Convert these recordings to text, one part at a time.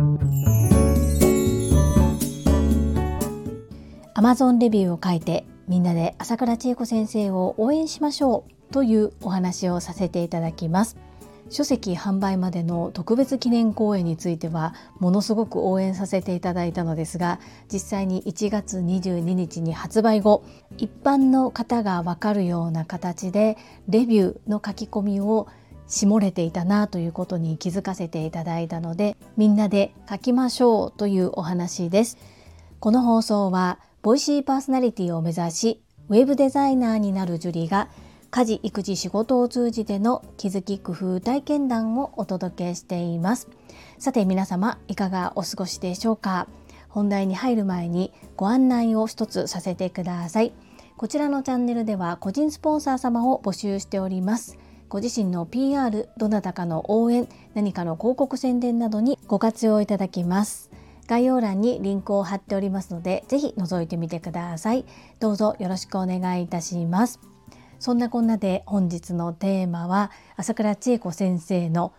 Amazon レビューを書いてみんなで朝倉千恵子先生を応援しましょうというお話をさせていただきます。書籍販売までの特別記念講演についてはものすごく応援させていただいたのですが、実際に1月22日に発売後、一般の方が分かるような形でレビューの書き込みを絞れていたなということに気づかせていただいたので、みんなで書きましょうというお話です。この放送はボイシーパーソナリティを目指しウェブデザイナーになるジュリが家事・育児・仕事を通じての気づき・工夫・体験談をお届けしています。さて皆様いかがお過ごしでしょうか。本題に入る前にご案内を一つさせてください。こちらのチャンネルでは個人スポンサー様を募集しております。ご自身の PR、どなたかの応援、何かの広告宣伝などにご活用いただきます。概要欄にリンクを貼っておりますので、ぜひ覗いてみてください。どうぞよろしくお願いいたします。そんなこんなで本日のテーマは朝倉千恵子先生の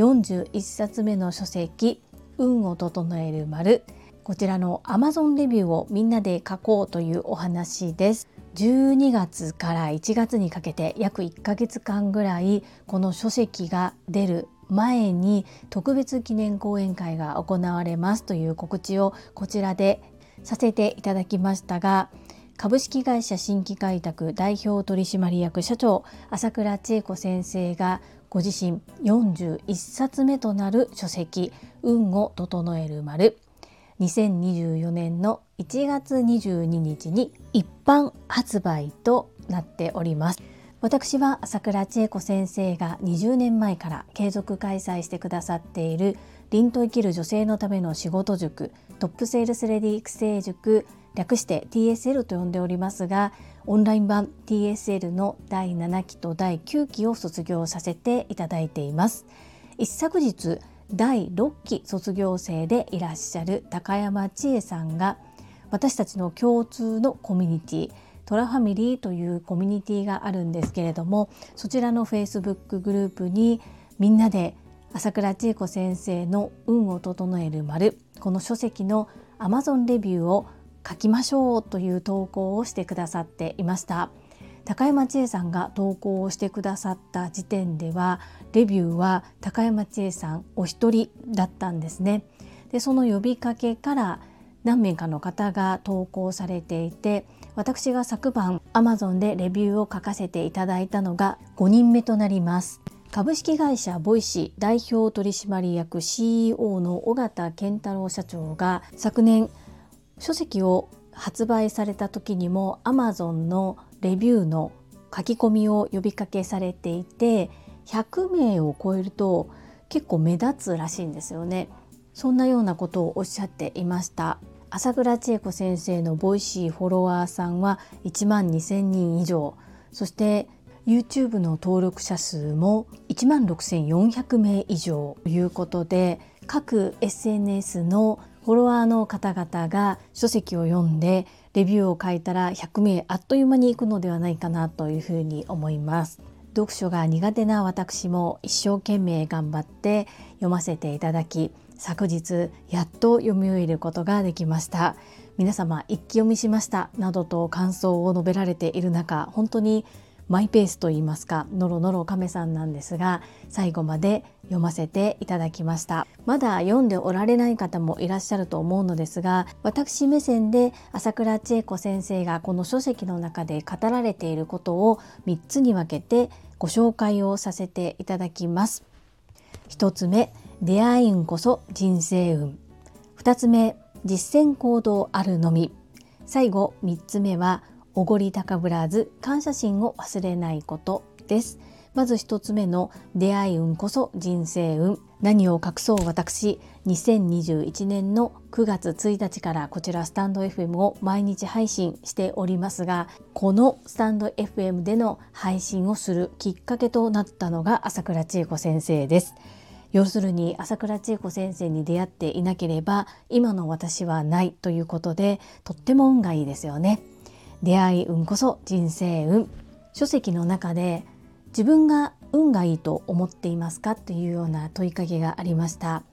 41冊目の書籍運を整える丸、こちらの Amazon レビューをみんなで書こうというお話です。12月から1月にかけて約1ヶ月間ぐらいこの書籍が出る前に特別記念講演会が行われますという告知をこちらでさせていただきましたが、株式会社新規開拓代表取締役社長朝倉千恵子先生がご自身41冊目となる書籍運を整える丸、2024年の1月22日に一般発売となっております。私は朝倉千恵子先生が20年前から継続開催してくださっている凛と生きる女性のための仕事塾、トップセールスレディ育成塾、略して TSL と呼んでおりますが、オンライン版 TSL の第7期と第9期を卒業させていただいています。一昨日第6期卒業生でいらっしゃる高山千恵さんが、私たちの共通のコミュニティトラファミリーというコミュニティがあるんですけれども、そちらの Facebook グループにみんなで朝倉千恵子先生の運を整える丸、この書籍の Amazon レビューを書きましょうという投稿をしてくださっていました。高山千恵さんが投稿をしてくださった時点ではレビューは高山千恵さんお一人だったんですね。でその呼びかけから何名かの方が投稿されていて、私が昨晩 Amazon でレビューを書かせていただいたのが5人目となります。株式会社ボイシー代表取締役 CEO の尾形健太郎社長が昨年書籍を発売された時にも Amazon のレビューの書き込みを呼びかけされていて、100名を超えると結構目立つらしいんですよね。そんなようなことをおっしゃっていました。朝倉千恵子先生のボイシーフォロワーさんは1万2000人以上、そして YouTube の登録者数も1万6400名以上ということで、各 SNS のフォロワーの方々が書籍を読んでレビューを書いたら100名あっという間にいくのではないかなというふうに思います。読書が苦手な私も一生懸命頑張って読ませていただき、昨日やっと読み終えることができました。皆様一気読みしましたなどと感想を述べられている中、本当にマイペースといいますか、ノロノロ亀さんなんですが、最後まで読ませていただきました。まだ読んでおられない方もいらっしゃると思うのですが、私目線で朝倉千恵子先生がこの書籍の中で語られていることを3つに分けてご紹介をさせていただきます。1つ目、出会い運こそ人生運。2つ目、実践行動あるのみ。最後3つ目はおごり高ぶらず感謝心を忘れないことです。まず1つ目の出会い運こそ人生運。何を隠そう私、2021年の9月1日からこちらスタンド FM を毎日配信しておりますが、このスタンド FM での配信をするきっかけとなったのが朝倉千恵子先生です。要するに朝倉千恵子先生に出会っていなければ今の私はないということで、とっても運がいいですよね。出会い運こそ人生運。書籍の中で自分が運がいいと思っていますかというような問いかけがありました。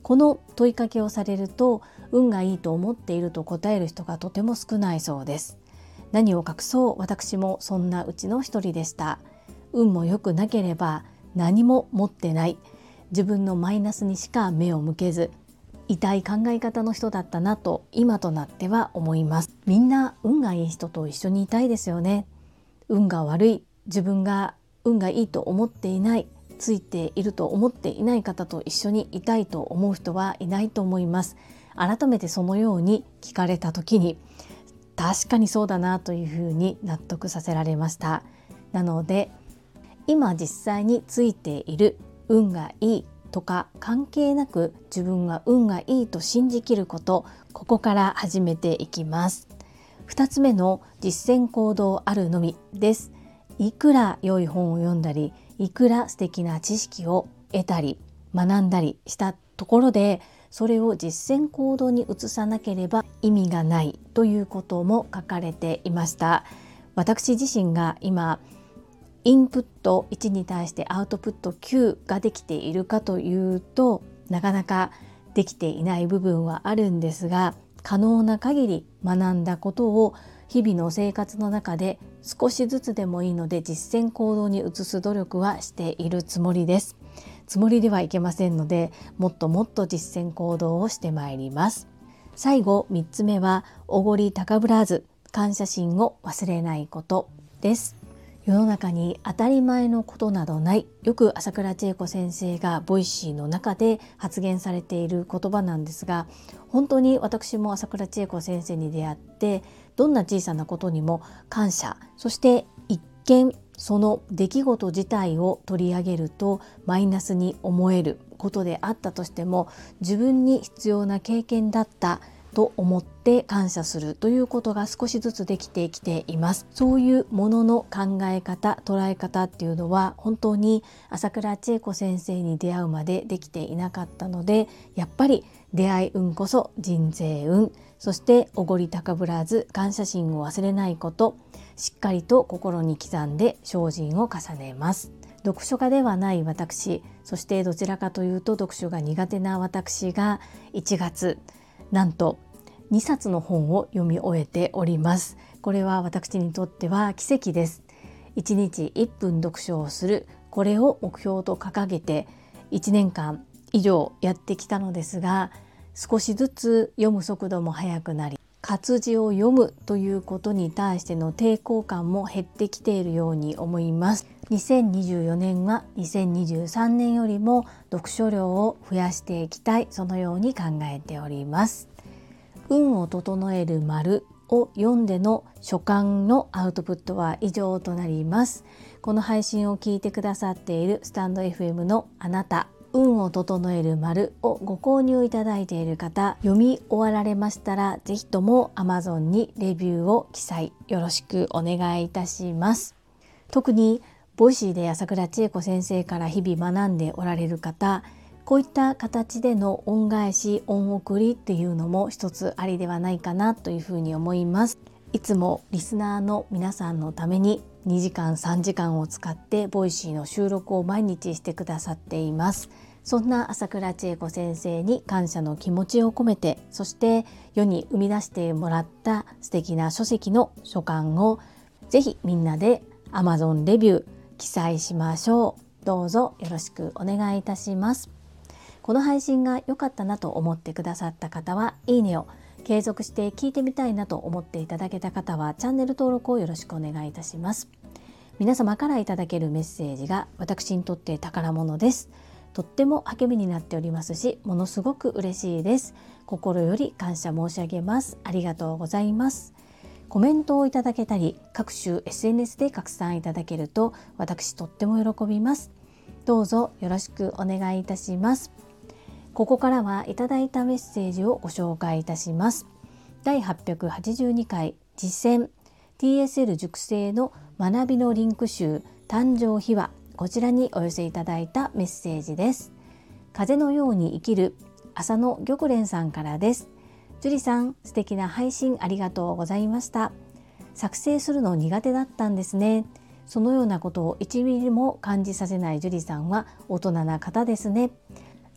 この問いかけをされると、運がいいと思っていると答える人がとても少ないそうです。何を隠そう、私もそんなうちの一人でした。運も良くなければ何も持ってない、自分のマイナスにしか目を向けず、痛い考え方の人だったなと今となっては思います。みんな運がいい人と一緒にいたいですよね。運が悪い、自分が運がいいと思っていない、ついていると思っていない方と一緒にいたいと思う人はいないと思います。改めてそのように聞かれた時に、確かにそうだなというふうに納得させられました。なので今実際についている運がいいとか関係なく、自分は運がいいと信じきること、ここから始めていきます。2つ目の実践行動あるのみです。いくら良い本を読んだり、いくら素敵な知識を得たり学んだりしたところで、それを実践行動に移さなければ意味がないということも書かれていました。私自身が今インプット1に対してアウトプット9ができているかというと、なかなかできていない部分はあるんですが、可能な限り学んだことを日々の生活の中で少しずつでもいいので実践行動に移す努力はしているつもりです。つもりではいけませんので、もっともっと実践行動をしてまいります。最後3つ目は、おごり高ぶらず感謝心を忘れないことです。世の中に当たり前のことなどない、よく朝倉千恵子先生がボイシーの中で発言されている言葉なんですが、本当に私も朝倉千恵子先生に出会って、どんな小さなことにも感謝、そして一見その出来事自体を取り上げるとマイナスに思えることであったとしても、自分に必要な経験だったと思って感謝するということが少しずつできてきています。そういうものの考え方、捉え方っていうのは本当に朝倉千恵子先生に出会うまでできていなかったので、やっぱり出会い運こそ人生運、そしておごり高ぶらず感謝心を忘れないこと、しっかりと心に刻んで精進を重ねます。読書家ではない私、そしてどちらかというと読書が苦手な私が1月なんと2冊の本を読み終えております。これは私にとっては奇跡です。1日1分読書をする、これを目標と掲げて1年間以上やってきたのですが、少しずつ読む速度も速くなり、活字を読むということに対しての抵抗感も減ってきているように思います。2024年は2023年よりも読書量を増やしていきたい、そのように考えております。運を整える丸を読んでの書簡のアウトプットは以上となります。この配信を聞いてくださっているスタンド FM のあなた、運を整える丸をご購入いただいている方、読み終わられましたらぜひとも Amazon にレビューを記載よろしくお願いいたします。特にボイシーで朝倉千恵子先生から日々学んでおられる方、こういった形での恩返し、恩送りっていうのも一つありではないかなというふうに思います。いつもリスナーの皆さんのために2時間3時間を使ってボイシーの収録を毎日してくださっています。そんな朝倉千恵子先生に感謝の気持ちを込めて、そして世に生み出してもらった素敵な書籍の書簡をぜひみんなで Amazon レビュー記載しましょう。どうぞよろしくお願いいたします。この配信が良かったなと思ってくださった方はいいねを、継続して聞いてみたいなと思っていただけた方はチャンネル登録をよろしくお願いいたします。皆様からいただけるメッセージが私にとって宝物です。とっても励みになっておりますし、ものすごく嬉しいです。心より感謝申し上げます。ありがとうございます。コメントをいただけたり、各種 SNS で拡散いただけると私とっても喜びます。どうぞよろしくお願いいたします。ここからはいただいたメッセージをご紹介いたします。第882回実践 TSL 塾生の学びのリンク集誕生秘話、こちらにお寄せいただいたメッセージです。風のように生きる浅野玉蓮さんからです。樹里さん、素敵な配信ありがとうございました。作成するの苦手だったんですね。そのようなことを1ミリも感じさせない樹里さんは大人な方ですね。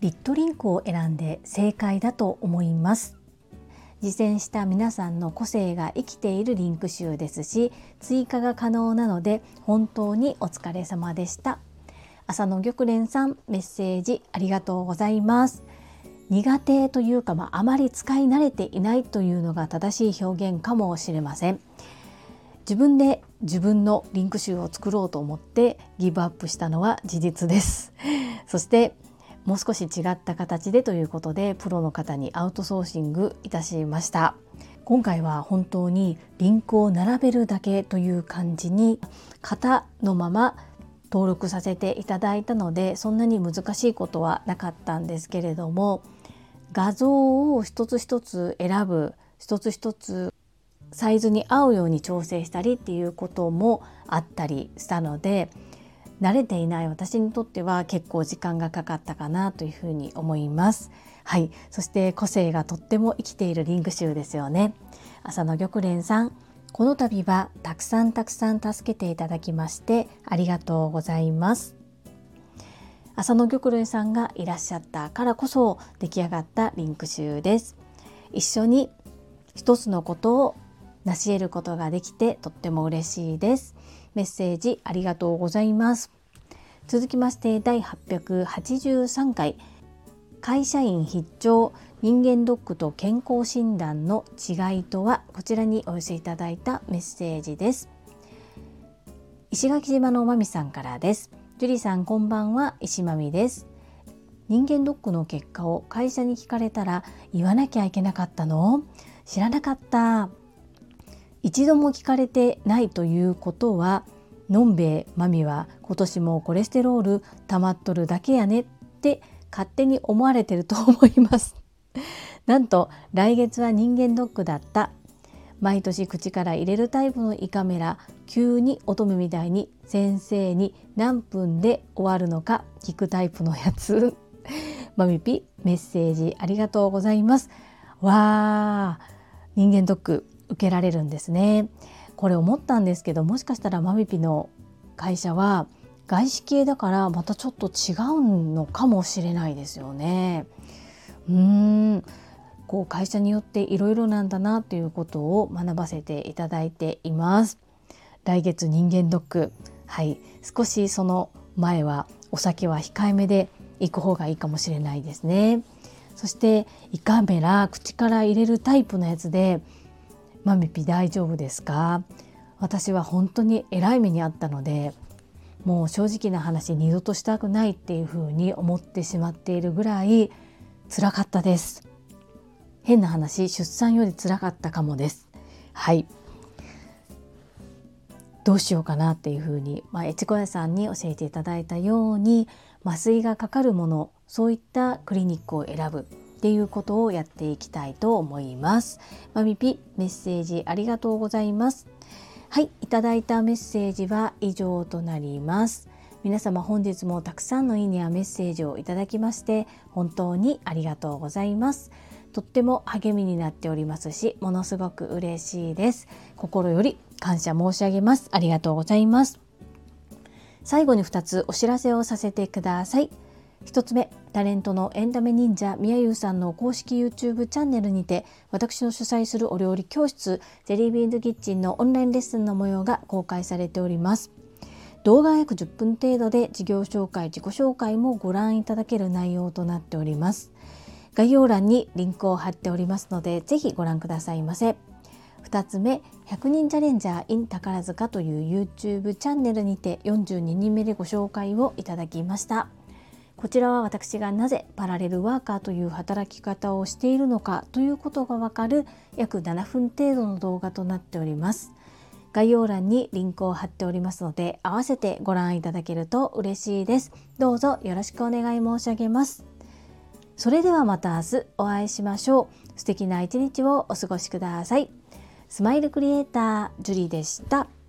リットリンクを選んで正解だと思います。実践した皆さんの個性が生きているリンク集ですし、追加が可能なので本当にお疲れ様でした。浅野玉蓮さん、メッセージありがとうございます。苦手というか、あまり使い慣れていないというのが正しい表現かもしれません。自分で自分のリンク集を作ろうと思ってギブアップしたのは事実です。そしてもう少し違った形でということでプロの方にアウトソーシングいたしました。今回は本当にリンクを並べるだけという感じに型のまま登録させていただいたので、そんなに難しいことはなかったんですけれども、画像を一つ一つ選ぶ、一つ一つサイズに合うように調整したりっていうこともあったりしたので、慣れていない私にとっては結構時間がかかったかなというふうに思います。はい、そして個性がとっても生きているリンク集ですよね。浅野玉蓮さん、この度はたくさん助けていただきましてありがとうございます。浅野玉蓮さんがいらっしゃったからこそ出来上がったリンク集です。一緒に一つのことを成し得ることができてとっても嬉しいです。メッセージありがとうございます。続きまして第883回会社員必聴人間ドックと健康診断の違いとは、こちらにお寄せいただいたメッセージです。石垣島のまみさんからです。ジュリさんこんばんは、石まみです。人間ドックの結果を会社に聞かれたら言わなきゃいけなかったの？知らなかった。一度も聞かれてないということは、のんべえマミは今年もコレステロール溜まっとるだけやねって勝手に思われてると思います。なんと来月は人間ドックだった。毎年口から入れるタイプの胃カメラ、急に乙女みたいに先生に何分で終わるのか聞くタイプのやつ。マミピメッセージありがとうございます。わー、人間ドック受けられるんですね。これ思ったんですけど、もしかしたらマミピの会社は外資系だからまたちょっと違うのかもしれないですよね。こう会社によっていろいろなんだなということを学ばせていただいています。来月人間ドック、はい、少しその前はお酒は控えめで行く方がいいかもしれないですね。そして胃カメラ口から入れるタイプのやつでマミピ大丈夫ですか？私は本当に偉い目にあったので、もう正直な話二度としたくないっていうふうに思ってしまっているぐらい辛かったです。変な話、出産より辛かったかもです。はい、どうしようかなっていうふうに、越後屋さんに教えていただいたように麻酔がかかるもの、そういったクリニックを選ぶっていうことをやっていきたいと思います。マミピメッセージありがとうございます。はい、いただいたメッセージは以上となります。皆様本日もたくさんのいいねやメッセージをいただきまして本当にありがとうございます。とっても励みになっておりますし、ものすごく嬉しいです。心より感謝申し上げます。ありがとうございます。最後に2つお知らせをさせてください。1つ目、タレントのエンタメ忍者みやゆうさんの公式 YouTube チャンネルにて、私の主催するお料理教室ジェリービーンズキッチンのオンラインレッスンの模様が公開されております。動画約10分程度で事業紹介、自己紹介もご覧いただける内容となっております。概要欄にリンクを貼っておりますので、ぜひご覧くださいませ。2つ目、100人チャレンジャー in 宝塚という YouTube チャンネルにて42人目でご紹介をいただきました。こちらは私がなぜパラレルワーカーという働き方をしているのかということがわかる約7分程度の動画となっております。概要欄にリンクを貼っておりますので、合わせてご覧いただけると嬉しいです。どうぞよろしくお願い申し上げます。それではまた明日お会いしましょう。素敵な一日をお過ごしください。スマイルクリエイタージュリでした。